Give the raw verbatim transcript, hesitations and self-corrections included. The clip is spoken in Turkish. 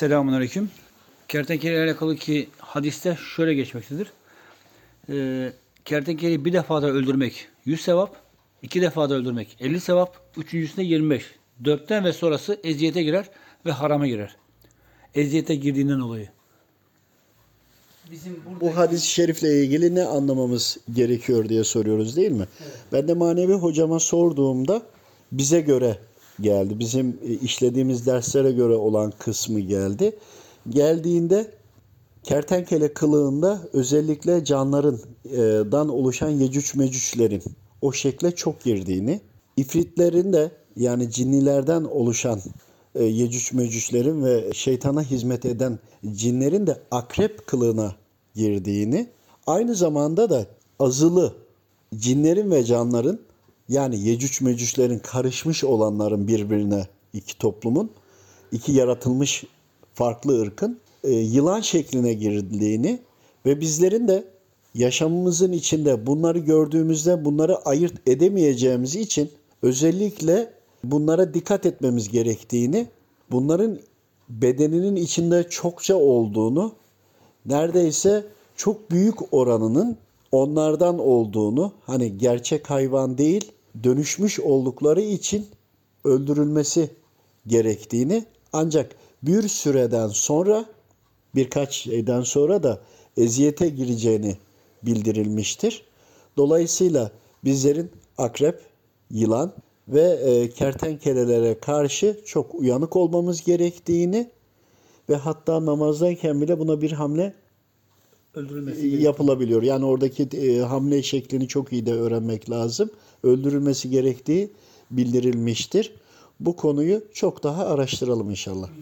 Selamünaleyküm. Kertenkele ile alakalı ki hadiste şöyle geçmektedir. Ee, kertenkeleyi bir defa da öldürmek yüz sevap, iki defa da öldürmek elli sevap, üçüncüsünde yirmi beş. Dörtten ve sonrası eziyete girer ve harama girer. Eziyete girdiğinden dolayı. Bizim buradaki... Bu hadis-i şerifle ilgili ne anlamamız gerekiyor diye soruyoruz değil mi? Evet. Ben de manevi hocama sorduğumda bize göre geldi. Bizim işlediğimiz derslere göre olan kısmı geldi. Geldiğinde kertenkele kılığında özellikle canlarından oluşan yecüc mecüclerin o şekle çok girdiğini, ifritlerin de yani cinnilerden oluşan e, yecüc mecüclerin ve şeytana hizmet eden cinlerin de akrep kılığına girdiğini, aynı zamanda da azılı cinlerin ve canların yani yecüc mecüclerin karışmış olanların birbirine iki toplumun, iki yaratılmış farklı ırkın e, yılan şekline girdiğini ve bizlerin de yaşamımızın içinde bunları gördüğümüzde bunları ayırt edemeyeceğimiz için özellikle bunlara dikkat etmemiz gerektiğini, bunların bedeninin içinde çokça olduğunu, neredeyse çok büyük oranının onlardan olduğunu, hani gerçek hayvan değil, dönüşmüş oldukları için öldürülmesi gerektiğini, ancak bir süreden sonra, birkaç şeyden sonra da eziyete gireceğini bildirilmiştir. Dolayısıyla bizlerin akrep, yılan ve e, kertenkelelere karşı çok uyanık olmamız gerektiğini ve hatta namazdayken bile buna bir hamle Öldürülmesi yapılabiliyor. Yani oradaki e, hamle şeklini çok iyi de öğrenmek lazım. Öldürülmesi gerektiği bildirilmiştir. Bu konuyu çok daha araştıralım inşallah.